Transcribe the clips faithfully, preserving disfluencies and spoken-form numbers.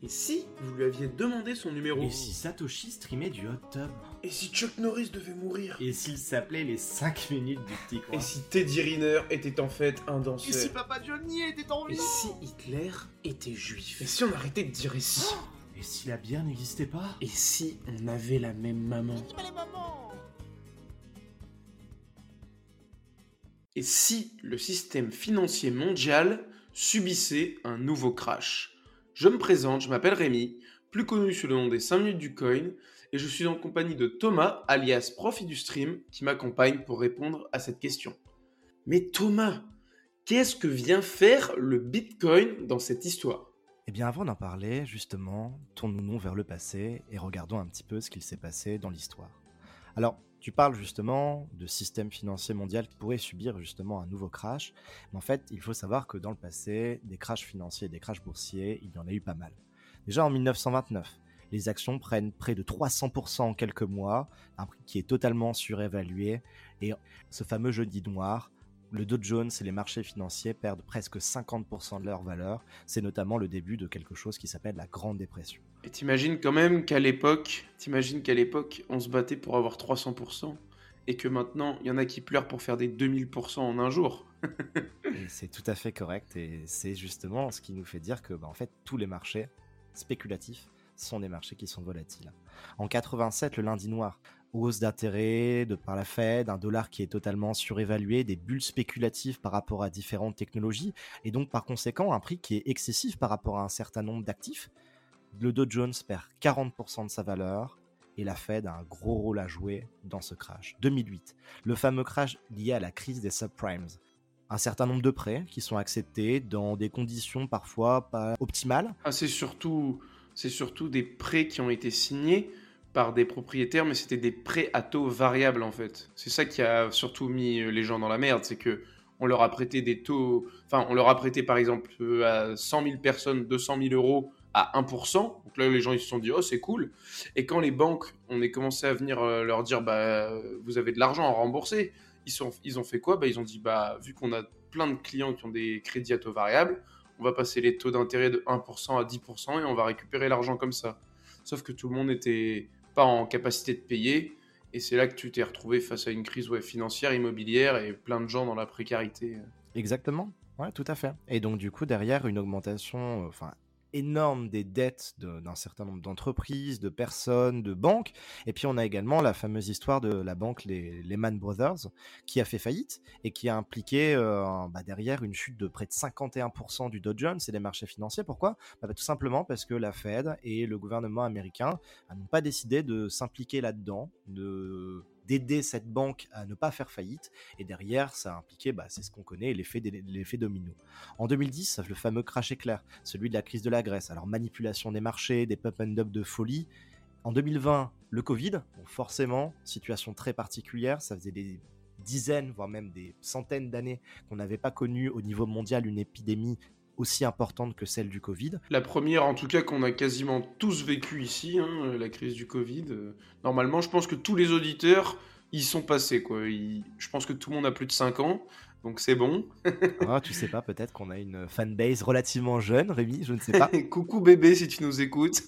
Et si vous lui aviez demandé son numéro? Et si Satoshi streamait du hot tub? Et si Chuck Norris devait mourir? Et s'il s'appelait les cinq minutes du petit coin? Et si Teddy Riner était en fait un danseur? Et si Papa Johnny était en vie? Et si Hitler était juif? Et si on arrêtait de dire et si? Oh, et si la bière n'existait pas? Et si on avait la même maman? Et si le système financier mondial subissait un nouveau crash? Je me présente, je m'appelle Rémi, plus connu sous le nom des cinq minutes du coin, et je suis en compagnie de Thomas, alias Profi du stream, qui m'accompagne pour répondre à cette question. Mais Thomas, qu'est-ce que vient faire le Bitcoin dans cette histoire? Eh bien, avant d'en parler, justement, tournons-nous vers le passé et regardons un petit peu ce qu'il s'est passé dans l'histoire. Alors, tu parles justement de système financier mondial qui pourrait subir justement un nouveau crash, mais en fait, il faut savoir que dans le passé, des crashs financiers et des crashs boursiers, il y en a eu pas mal. Déjà en dix-neuf cent vingt-neuf, les actions prennent près de trois cents pour cent en quelques mois, un prix qui est totalement surévalué, et ce fameux jeudi noir, le Dow Jones et les marchés financiers perdent presque cinquante pour cent de leur valeur. C'est notamment le début de quelque chose qui s'appelle la Grande Dépression. Et t'imagines quand même qu'à l'époque, t'imagines qu'à l'époque, on se battait pour avoir trois cents pour cent et que maintenant, il y en a qui pleurent pour faire des deux mille pour cent en un jour. Et c'est tout à fait correct et c'est justement ce qui nous fait dire que bah, en fait, tous les marchés spéculatifs sont des marchés qui sont volatiles. En quatre-vingt-sept, le lundi noir, hausse d'intérêt de par la Fed, un dollar qui est totalement surévalué, des bulles spéculatives par rapport à différentes technologies, et donc par conséquent un prix qui est excessif par rapport à un certain nombre d'actifs. Le Dow Jones perd quarante pour cent de sa valeur, et la Fed a un gros rôle à jouer dans ce crash. deux mille huit, le fameux crash lié à la crise des subprimes. Un certain nombre de prêts qui sont acceptés dans des conditions parfois pas optimales. Ah, c'est surtout, c'est surtout des prêts qui ont été signés par des propriétaires, mais c'était des prêts à taux variables en fait. C'est ça qui a surtout mis les gens dans la merde, c'est que on leur a prêté des taux, enfin on leur a prêté par exemple à cent mille personnes deux cent mille euros à un pour cent. Donc là les gens ils se sont dit oh c'est cool. Et quand les banques, on est commencé à venir leur dire bah vous avez de l'argent à rembourser, ils, sont, ils ont fait quoi? Bah ils ont dit bah vu qu'on a plein de clients qui ont des crédits à taux variables, on va passer les taux d'intérêt de un pour cent à dix pour cent et on va récupérer l'argent comme ça. Sauf que tout le monde était pas en capacité de payer, et c'est là que tu t'es retrouvé face à une crise ouais, financière, immobilière, et plein de gens dans la précarité. Exactement, ouais, tout à fait. Et donc du coup, derrière, une augmentation enfin, énorme des dettes de, d'un certain nombre d'entreprises, de personnes, de banques, et puis on a également la fameuse histoire de la banque les Lehman Brothers, qui a fait faillite, et qui a impliqué euh, bah, derrière une chute de près de cinquante et un pour cent du Dow Jones et des marchés financiers. Pourquoi? bah, bah, Tout simplement parce que la Fed et le gouvernement américain n'ont pas décidé de s'impliquer là-dedans, de... d'aider cette banque à ne pas faire faillite, et derrière ça a impliqué, bah, c'est ce qu'on connaît, l'effet, des, l'effet domino. En deux mille dix, le fameux crash éclair, celui de la crise de la Grèce, alors manipulation des marchés, des pump and dump de folie. En deux mille vingt, le Covid, bon, forcément, situation très particulière, ça faisait des dizaines, voire même des centaines d'années qu'on n'avait pas connu au niveau mondial une épidémie aussi importante que celle du Covid. La première, en tout cas, qu'on a quasiment tous vécu ici, hein, la crise du Covid. Normalement, je pense que tous les auditeurs y sont passés, quoi. Ils... Je pense que tout le monde a plus de cinq ans, donc c'est bon. Ah, tu sais pas, peut-être qu'on a une fanbase relativement jeune, Rémi, je ne sais pas. Coucou bébé, si tu nous écoutes.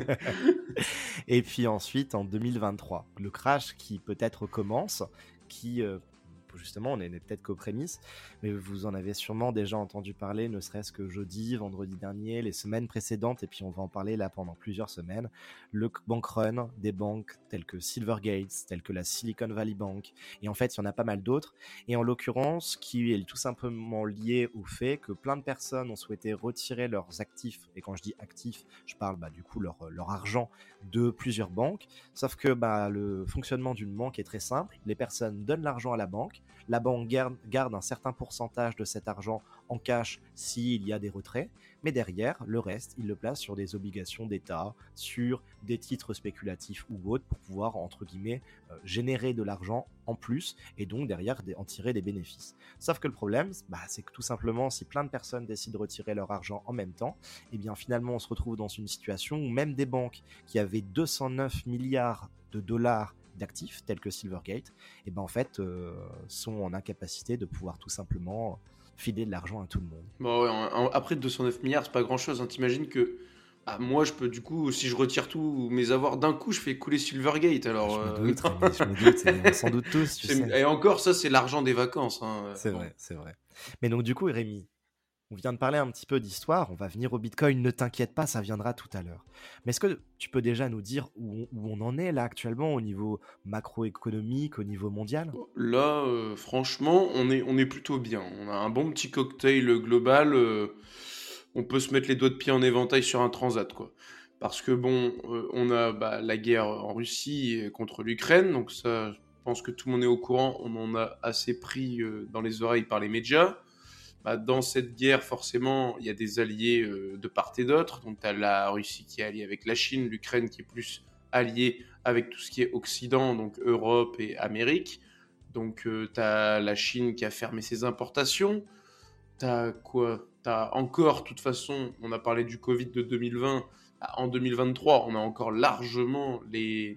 Et puis ensuite, en deux mille vingt-trois, le crash qui peut-être commence, qui... Euh, justement, on n'est peut-être qu'aux prémices, mais vous en avez sûrement déjà entendu parler, ne serait-ce que jeudi, vendredi dernier, les semaines précédentes, et puis on va en parler là pendant plusieurs semaines, le bank run des banques telles que Silvergate, telles que la Silicon Valley Bank, et en fait, il y en a pas mal d'autres, et en l'occurrence, qui est tout simplement lié au fait que plein de personnes ont souhaité retirer leurs actifs, et quand je dis actifs, je parle bah, du coup leur, leur argent de plusieurs banques, sauf que bah, le fonctionnement d'une banque est très simple, les personnes donnent l'argent à la banque, la banque garde, garde un certain pourcentage de cet argent en cash s'il y a des retraits, mais derrière, le reste, il le place sur des obligations d'État, sur des titres spéculatifs ou autres pour pouvoir, entre guillemets, euh, générer de l'argent en plus et donc derrière en tirer des bénéfices. Sauf que le problème, bah, c'est que tout simplement, si plein de personnes décident de retirer leur argent en même temps, eh bien finalement, on se retrouve dans une situation où même des banques qui avaient deux cent neuf milliards de dollars d'actifs tels que Silvergate, et ben en fait euh, sont en incapacité de pouvoir tout simplement filer de l'argent à tout le monde. Bon, ouais, après deux cent neuf milliards, c'est pas grand chose. Hein. T'imagines que Ah, moi, je peux, du coup, si je retire tous mes avoirs d'un coup, je fais couler Silvergate. Ah, Alors, je me euh, doute, non. Rémi, je me doute, et on s'en doute tous, tu C'est- sais. Et encore, ça, c'est l'argent des vacances, hein. euh, C'est bon. vrai, c'est vrai. Mais donc du coup, Rémi, on vient de parler un petit peu d'histoire, on va venir au Bitcoin, ne t'inquiète pas, ça viendra tout à l'heure. Mais est-ce que tu peux déjà nous dire où on, où on en est là actuellement au niveau macroéconomique, au niveau mondial? Là, euh, franchement, on est, on est plutôt bien. On a un bon petit cocktail euh, global. euh, on peut se mettre les doigts de pied en éventail sur un transat, quoi. Parce que bon, euh, on a bah, la guerre en Russie et contre l'Ukraine, donc ça, je pense que tout le monde est au courant. On en a assez pris euh, dans les oreilles par les médias. Bah, dans cette guerre, forcément, il y a des alliés euh, de part et d'autre. Donc, tu as la Russie qui est alliée avec la Chine, l'Ukraine qui est plus alliée avec tout ce qui est Occident, donc Europe et Amérique. Donc, euh, tu as la Chine qui a fermé ses importations. Tu as quoi? Tu as encore, de toute façon, on a parlé du Covid de deux mille vingt. Bah, en deux mille vingt-trois, on a encore largement les,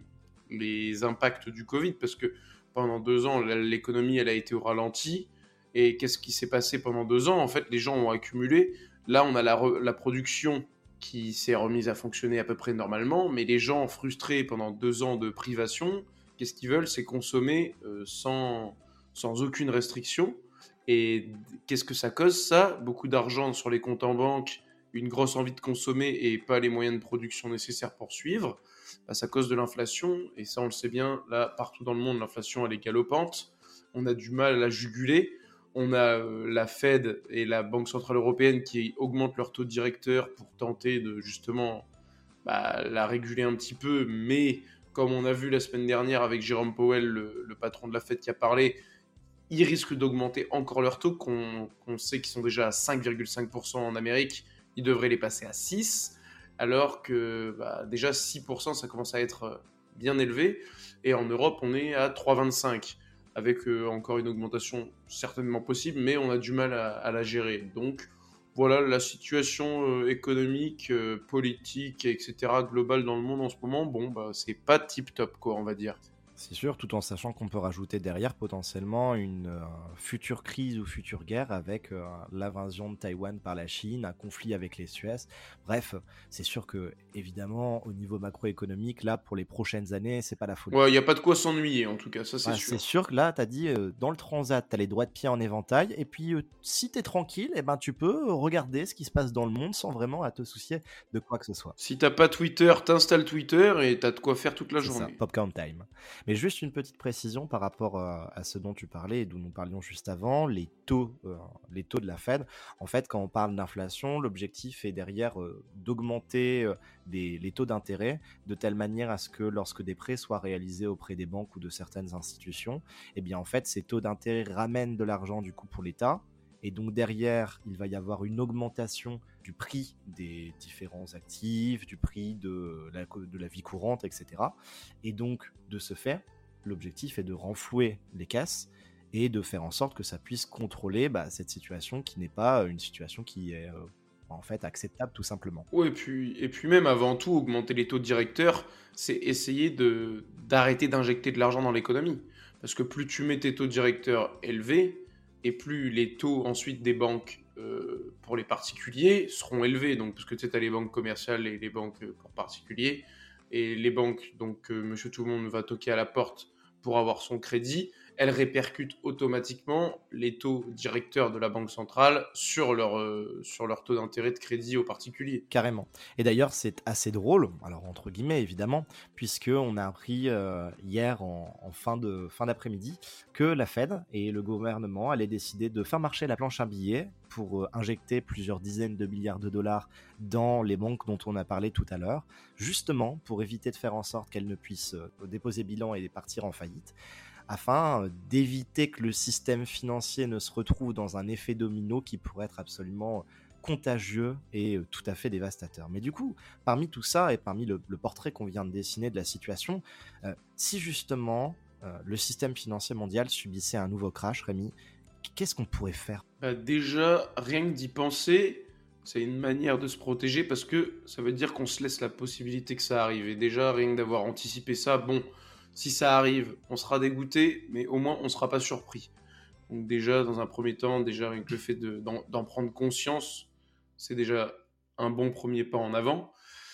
les impacts du Covid parce que pendant deux ans, l'économie, elle a été au ralenti. Et qu'est-ce qui s'est passé pendant deux ans? En fait, les gens ont accumulé. Là, on a la, re- la production qui s'est remise à fonctionner à peu près normalement, mais les gens frustrés pendant deux ans de privation, qu'est-ce qu'ils veulent? C'est consommer euh, sans, sans aucune restriction. Et qu'est-ce que ça cause, ça? Beaucoup d'argent sur les comptes en banque, une grosse envie de consommer et pas les moyens de production nécessaires pour suivre. Bah, ça cause de l'inflation, et ça, on le sait bien, là, partout dans le monde, l'inflation, elle est galopante. On a du mal à la juguler. On a euh, la Fed et la Banque Centrale Européenne qui augmentent leur taux directeur pour tenter de justement bah, la réguler un petit peu. Mais comme on a vu la semaine dernière avec Jérôme Powell, le, le patron de la Fed qui a parlé, ils risquent d'augmenter encore leur taux, qu'on qu'on sait qu'ils sont déjà à cinq virgule cinq pour cent en Amérique. Ils devraient les passer à six, alors que bah, déjà six pour cent, ça commence à être bien élevé. Et en Europe, on est à trois virgule vingt-cinq, avec euh, encore une augmentation certainement possible, mais on a du mal à, à la gérer. Donc voilà la situation euh, économique, euh, politique, et cetera globale dans le monde en ce moment. Bon, bah, c'est pas tip top, quoi, on va dire. C'est sûr, tout en sachant qu'on peut rajouter derrière potentiellement une euh, future crise ou future guerre avec euh, l'invasion de Taïwan par la Chine, un conflit avec les Suez. Bref, c'est sûr que évidemment au niveau macroéconomique, là pour les prochaines années, c'est pas la folie. Ouais, il n'y a pas de quoi s'ennuyer, en tout cas, ça c'est Ouais, c'est sûr. sûr que là, tu as dit euh, dans le transat, tu as les doigts de pied en éventail, et puis euh, si tu es tranquille, eh ben, tu peux euh, regarder ce qui se passe dans le monde sans vraiment à te soucier de quoi que ce soit. Si t'as pas Twitter, t'installes Twitter et t'as de quoi faire toute la C'est ça, journée. popcorn time. Mais juste une petite précision par rapport à, à ce dont tu parlais et d'où nous parlions juste avant, les taux, euh, les taux de la Fed. En fait, quand on parle d'inflation, l'objectif est derrière euh, d'augmenter euh, des- les taux d'intérêt de telle manière à ce que lorsque des prêts soient réalisés auprès des banques ou de certaines institutions, eh bien en fait, ces taux d'intérêt ramènent de l'argent du coup pour l'État. Et donc derrière, il va y avoir une augmentation du prix des différents actifs, du prix de la, de la vie courante, et cetera. Et donc, de ce fait, l'objectif est de renflouer les caisses et de faire en sorte que ça puisse contrôler bah, cette situation qui n'est pas une situation qui est euh, en fait acceptable tout simplement. Ouais, et puis, et puis même avant tout, augmenter les taux directeurs, c'est essayer de, d'arrêter d'injecter de l'argent dans l'économie. Parce que plus tu mets tes taux directeurs élevés, et plus les taux ensuite des banques euh, pour les particuliers seront élevés. Donc, parce que tu sais, as les banques commerciales et les banques euh, pour particuliers. Et les banques, donc euh, monsieur tout le monde va toquer à la porte pour avoir son crédit. Elles répercutent automatiquement les taux directeurs de la banque centrale sur leur, euh, sur leur taux d'intérêt de crédit aux particuliers. Carrément. Et d'ailleurs, c'est assez drôle, alors entre guillemets évidemment, puisqu'on a appris euh, hier en, en fin, de, fin d'après-midi que la Fed et le gouvernement allaient décider de faire marcher la planche à billets pour euh, injecter plusieurs dizaines de milliards de dollars dans les banques dont on a parlé tout à l'heure, justement pour éviter de faire en sorte qu'elles ne puissent euh, déposer bilan et partir en faillite, afin d'éviter que le système financier ne se retrouve dans un effet domino qui pourrait être absolument contagieux et tout à fait dévastateur. Mais du coup, parmi tout ça et parmi le, le portrait qu'on vient de dessiner de la situation, euh, si justement euh, le système financier mondial subissait un nouveau crash, Rémi, qu'est-ce qu'on pourrait faire? Bah déjà, rien que d'y penser, c'est une manière de se protéger parce que ça veut dire qu'on se laisse la possibilité que ça arrive. Et déjà, rien que d'avoir anticipé ça, bon, si ça arrive, on sera dégoûté, mais au moins on ne sera pas surpris. Donc déjà, dans un premier temps, déjà rien que le fait de, d'en, d'en prendre conscience, c'est déjà un bon premier pas en avant.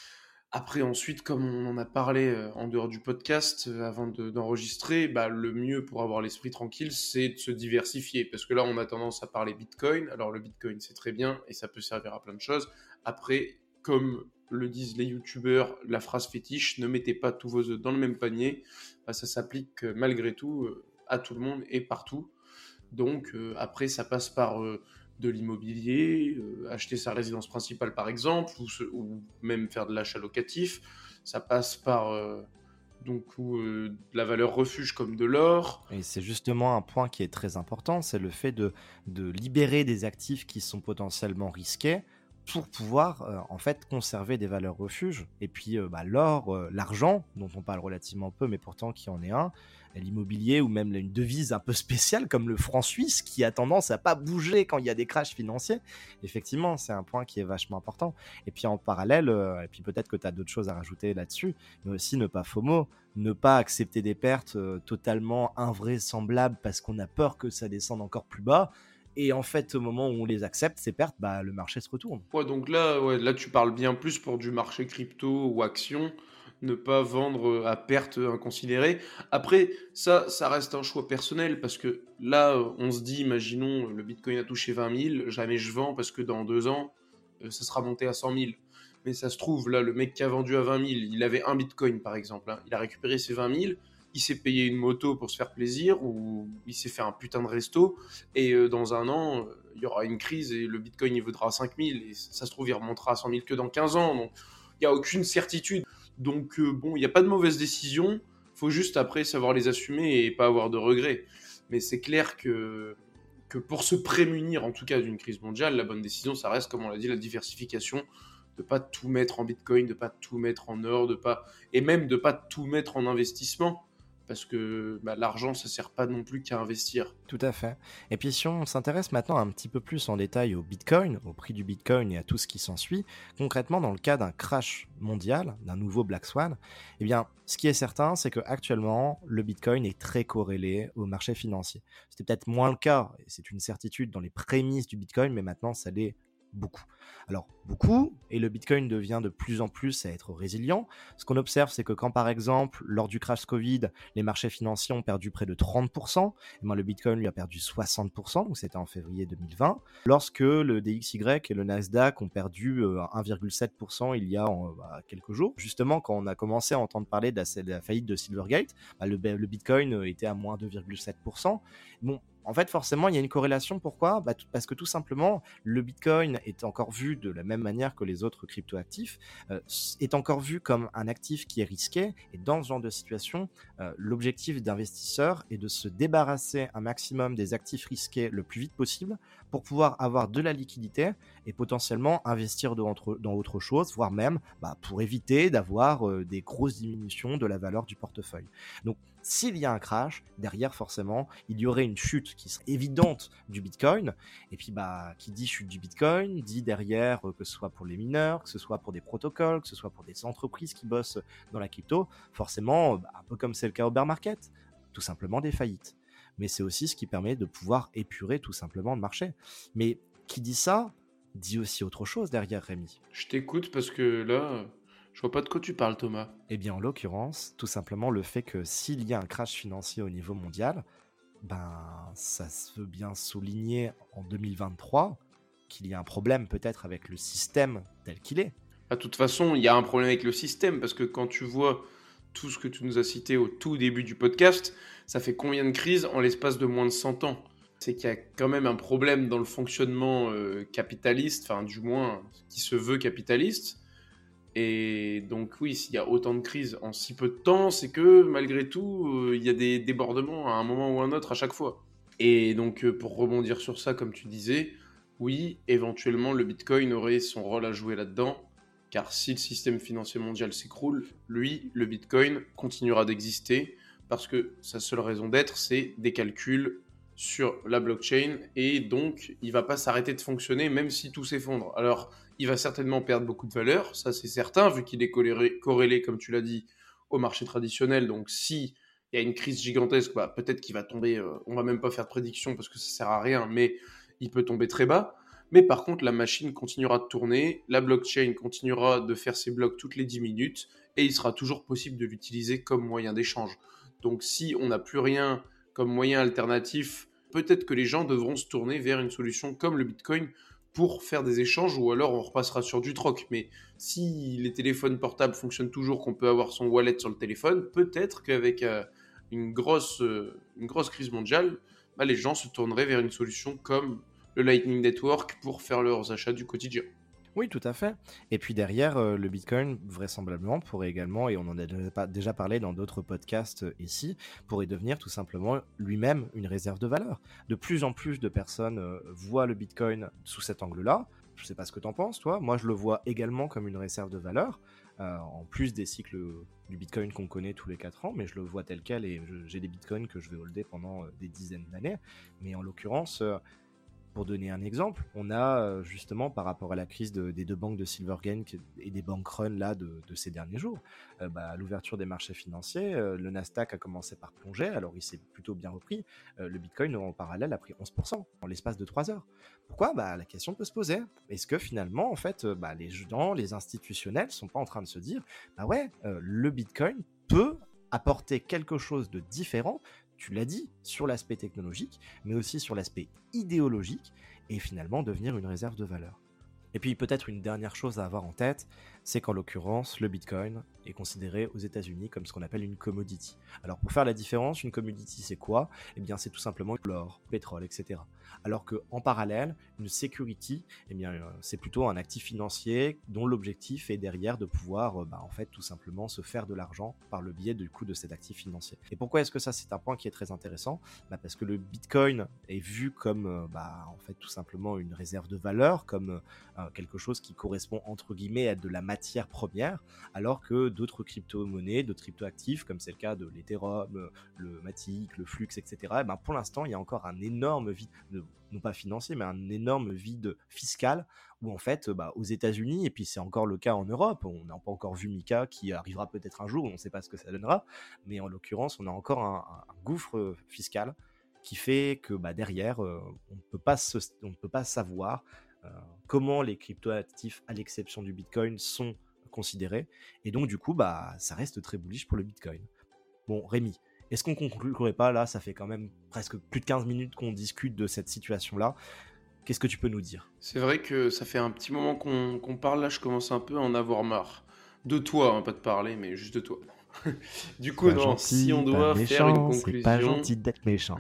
Après, ensuite, comme on en a parlé euh, en dehors du podcast, euh, avant de- d'enregistrer, bah, le mieux pour avoir l'esprit tranquille, c'est de se diversifier. Parce que là, on a tendance à parler Bitcoin. Alors, le Bitcoin, c'est très bien et ça peut servir à plein de choses. Après, comme le disent les youtubeurs, la phrase fétiche, ne mettez pas tous vos œufs dans le même panier. Bah, ça s'applique euh, malgré tout euh, à tout le monde et partout. Donc, euh, après, ça passe par euh, de l'immobilier, euh, acheter sa résidence principale par exemple, ou, se- ou même faire de l'achat locatif. Ça passe par euh, donc, ou, euh, de la valeur refuge comme de l'or. Et c'est justement un point qui est très important, c'est le fait de, de libérer des actifs qui sont potentiellement risqués pour pouvoir euh, en fait conserver des valeurs refuges. Et puis euh, bah, l'or, euh, l'argent, dont on parle relativement peu, mais pourtant qui en est un, et l'immobilier ou même une devise un peu spéciale comme le franc suisse qui a tendance à pas bouger quand il y a des crashs financiers. Effectivement, c'est un point qui est vachement important. Et puis en parallèle, euh, et puis peut-être que tu as d'autres choses à rajouter là-dessus, mais aussi ne pas FOMO, ne pas accepter des pertes euh, totalement invraisemblables parce qu'on a peur que ça descende encore plus bas. Et en fait, au moment où on les accepte, ces pertes, bah, le marché se retourne. Ouais, donc là, ouais, là, tu parles bien plus pour du marché crypto ou action, ne pas vendre euh, à perte inconsidérée. Après, ça, ça reste un choix personnel parce que là, euh, on se dit, imaginons, le Bitcoin a touché vingt mille, jamais je vends parce que dans deux ans, euh, ça sera monté à cent mille. Mais ça se trouve, là, le mec qui a vendu à vingt mille, il avait un Bitcoin par exemple, hein. Il a récupéré ses vingt mille, il s'est payé une moto pour se faire plaisir ou il s'est fait un putain de resto et euh, dans un an, euh, il y aura une crise et le Bitcoin il vaudra cinq mille et ça se trouve il remontera à cent mille que dans quinze ans. Donc il n'y a aucune certitude. Donc euh, bon, il n'y a pas de mauvaise décision. Faut juste après savoir les assumer et pas avoir de regrets. Mais c'est clair que, que pour se prémunir en tout cas d'une crise mondiale, la bonne décision ça reste comme on l'a dit la diversification, de pas tout mettre en Bitcoin, de pas tout mettre en or, de pas et même de pas tout mettre en investissement parce que bah, l'argent ça sert pas non plus qu'à investir. Tout à fait. Et puis si on s'intéresse maintenant un petit peu plus en détail au Bitcoin, au prix du Bitcoin et à tout ce qui s'ensuit, concrètement dans le cas d'un crash mondial, d'un nouveau Black Swan, eh bien ce qui est certain c'est que actuellement le Bitcoin est très corrélé au marché financier. C'était peut-être moins le cas, et c'est une certitude dans les prémices du Bitcoin, mais maintenant ça l'est beaucoup. Alors beaucoup, et le Bitcoin devient de plus en plus à être résilient. Ce qu'on observe, c'est que quand par exemple, lors du crash Covid, les marchés financiers ont perdu près de trente pour cent, et bien, le Bitcoin lui a perdu soixante pour cent, donc c'était en février deux mille vingt. Lorsque le D X Y et le Nasdaq ont perdu euh, un virgule sept pour cent il y a euh, bah, quelques jours, justement quand on a commencé à entendre parler de la, de la faillite de Silvergate, bah, le, le Bitcoin était à moins deux virgule sept pour cent. Bon, en fait, forcément, il y a une corrélation. Pourquoi ? Bah, parce que tout simplement, le Bitcoin est encore vu de la même manière que les autres cryptoactifs, euh, est encore vu comme un actif qui est risqué. Et dans ce genre de situation, euh, l'objectif d'investisseur est de se débarrasser un maximum des actifs risqués le plus vite possible pour pouvoir avoir de la liquidité et potentiellement investir dans autre, dans autre chose, voire même bah, pour éviter d'avoir euh, des grosses diminutions de la valeur du portefeuille. Donc, s'il y a un crash, derrière forcément, il y aurait une chute qui serait évidente du Bitcoin. Et puis, bah, qui dit chute du Bitcoin, dit derrière, euh, que ce soit pour les mineurs, que ce soit pour des protocoles, que ce soit pour des entreprises qui bossent dans la crypto, forcément, bah, un peu comme c'est le cas au bear market, tout simplement des faillites. Mais c'est aussi ce qui permet de pouvoir épurer tout simplement le marché. Mais qui dit ça, dit aussi autre chose derrière, Rémi. Je t'écoute parce que là, je vois pas de quoi tu parles, Thomas. Eh bien, en l'occurrence, tout simplement le fait que s'il y a un crash financier au niveau mondial, ben, ça se veut bien souligner en deux mille vingt-trois qu'il y a un problème peut-être avec le système tel qu'il est. De toute façon, il y a un problème avec le système parce que quand tu vois tout ce que tu nous as cité au tout début du podcast, ça fait combien de crises en l'espace de moins de cent ans ? C'est qu'il y a quand même un problème dans le fonctionnement euh, capitaliste, enfin du moins qui se veut capitaliste. Et donc oui, s'il y a autant de crises en si peu de temps, c'est que malgré tout, euh, il y a des débordements à un moment ou un autre à chaque fois. Et donc euh, pour rebondir sur ça, comme tu disais, oui, éventuellement le Bitcoin aurait son rôle à jouer là-dedans, car si le système financier mondial s'écroule, lui, le Bitcoin, continuera d'exister, parce que sa seule raison d'être, c'est des calculs sur la blockchain, et donc il va pas s'arrêter de fonctionner même si tout s'effondre. Alors, il va certainement perdre beaucoup de valeur, ça c'est certain, vu qu'il est corrélé, corrélé, comme tu l'as dit, au marché traditionnel. Donc si il y a une crise gigantesque, bah, peut-être qu'il va tomber, euh, on va même pas faire de prédiction parce que ça sert à rien, mais il peut tomber très bas. Mais par contre, la machine continuera de tourner, la blockchain continuera de faire ses blocs toutes les dix minutes, et il sera toujours possible de l'utiliser comme moyen d'échange. Donc si on n'a plus rien comme moyen alternatif, peut-être que les gens devront se tourner vers une solution comme le Bitcoin pour faire des échanges, ou alors on repassera sur du troc. Mais si les téléphones portables fonctionnent toujours, qu'on peut avoir son wallet sur le téléphone, peut-être qu'avec euh, une, grosse, euh, une grosse crise mondiale, bah, les gens se tourneraient vers une solution comme le Lightning Network pour faire leurs achats du quotidien. Oui, tout à fait. Et puis derrière, euh, le Bitcoin, vraisemblablement, pourrait également, et on en a déjà pas- déjà parlé dans d'autres podcasts euh, ici, pourrait devenir tout simplement lui-même une réserve de valeur. De plus en plus de personnes euh, voient le Bitcoin sous cet angle-là. Je ne sais pas ce que tu en penses, toi. Moi, je le vois également comme une réserve de valeur, euh, en plus des cycles du Bitcoin qu'on connaît tous les quatre ans, mais je le vois tel quel et je- j'ai des Bitcoins que je vais holder pendant euh, des dizaines d'années. Mais en l'occurrence... euh, pour donner un exemple, on a euh, justement par rapport à la crise de- des deux banques de Silvergate et des bank runs là de, de ces derniers jours, euh, bah, à l'ouverture des marchés financiers, euh, le Nasdaq a commencé par plonger, alors il s'est plutôt bien repris. Euh, le Bitcoin en parallèle a pris onze pour cent en l'espace de trois heures. Pourquoi? Bah, la question peut se poser. Est-ce que finalement, en fait, euh, bah, les gens, les institutionnels sont pas en train de se dire, bah ouais, euh, le Bitcoin peut apporter quelque chose de différent, tu l'as dit, sur l'aspect technologique, mais aussi sur l'aspect idéologique, et finalement devenir une réserve de valeur. Et puis peut-être une dernière chose à avoir en tête, c'est qu'en l'occurrence, le Bitcoin est considéré aux États-Unis comme ce qu'on appelle une commodity. Alors pour faire la différence, une commodity c'est quoi? Eh bien c'est tout simplement l'or, le pétrole, et cetera. Alors qu'en parallèle, une security, eh bien euh, c'est plutôt un actif financier dont l'objectif est derrière de pouvoir, euh, bah, en fait, tout simplement se faire de l'argent par le biais du coup de cet actif financier. Et pourquoi est-ce que ça c'est un point qui est très intéressant? Bah, parce que le Bitcoin est vu comme, euh, bah, en fait, tout simplement une réserve de valeur, comme euh, quelque chose qui correspond entre guillemets à de la matière première, alors que d'autres crypto-monnaies, d'autres crypto-actifs, comme c'est le cas de l'Ethereum, le Matic, le Flux, et cetera, eh ben pour l'instant, il y a encore un énorme vide, de, non pas financier, mais un énorme vide fiscal, où en fait, bah, aux États-Unis, et puis c'est encore le cas en Europe, on n'a pas encore vu Mika, qui arrivera peut-être un jour, on ne sait pas ce que ça donnera, mais en l'occurrence, on a encore un, un, un gouffre fiscal qui fait que bah, derrière, euh, on ne peut pas se, on ne peut pas savoir euh, comment les cryptoactifs, à l'exception du Bitcoin, sont considérés. Et donc, du coup, bah, ça reste très bullish pour le Bitcoin. Bon, Rémi, est-ce qu'on conclurait pas là? Ça fait quand même presque plus de quinze minutes qu'on discute de cette situation-là. Qu'est-ce que tu peux nous dire? C'est vrai que ça fait un petit moment qu'on qu'on parle là, je commence un peu à en avoir marre. De toi, hein, pas de parler, mais juste de toi. Du coup, Pas non, si on gentil, pas doit faire une méchant, c'est pas conclusion, gentil d'être méchant.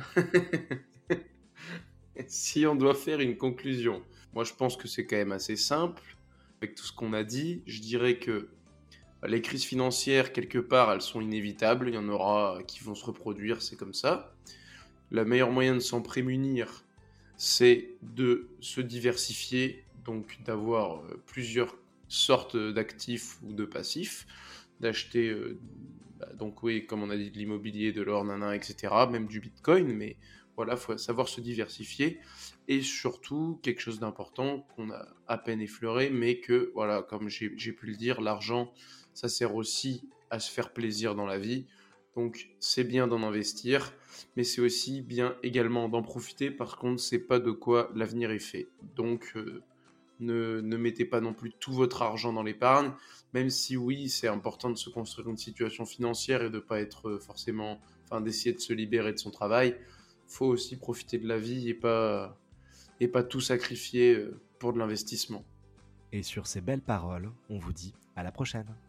si on doit faire une conclusion, moi je pense que c'est quand même assez simple. Avec tout ce qu'on a dit, je dirais que les crises financières, quelque part, elles sont inévitables. Il y en aura qui vont se reproduire, c'est comme ça. Le meilleur moyen de s'en prémunir, c'est de se diversifier, donc d'avoir euh, plusieurs sortes d'actifs ou de passifs, d'acheter, euh, bah, donc oui, comme on a dit, de l'immobilier, de l'or, nana, et cetera, même du Bitcoin, mais voilà, il faut savoir se diversifier, et surtout, quelque chose d'important qu'on a à peine effleuré, mais que, voilà, comme j'ai, j'ai pu le dire, l'argent, ça sert aussi à se faire plaisir dans la vie, donc c'est bien d'en investir, mais c'est aussi bien également d'en profiter parce qu'on ne sait pas de quoi l'avenir est fait. Donc euh, ne, ne mettez pas non plus tout votre argent dans l'épargne, même si oui, c'est important de se construire une situation financière et de ne pas être forcément, enfin d'essayer de se libérer de son travail. Faut aussi profiter de la vie et pas, et pas tout sacrifier pour de l'investissement. Et sur ces belles paroles, on vous dit à la prochaine.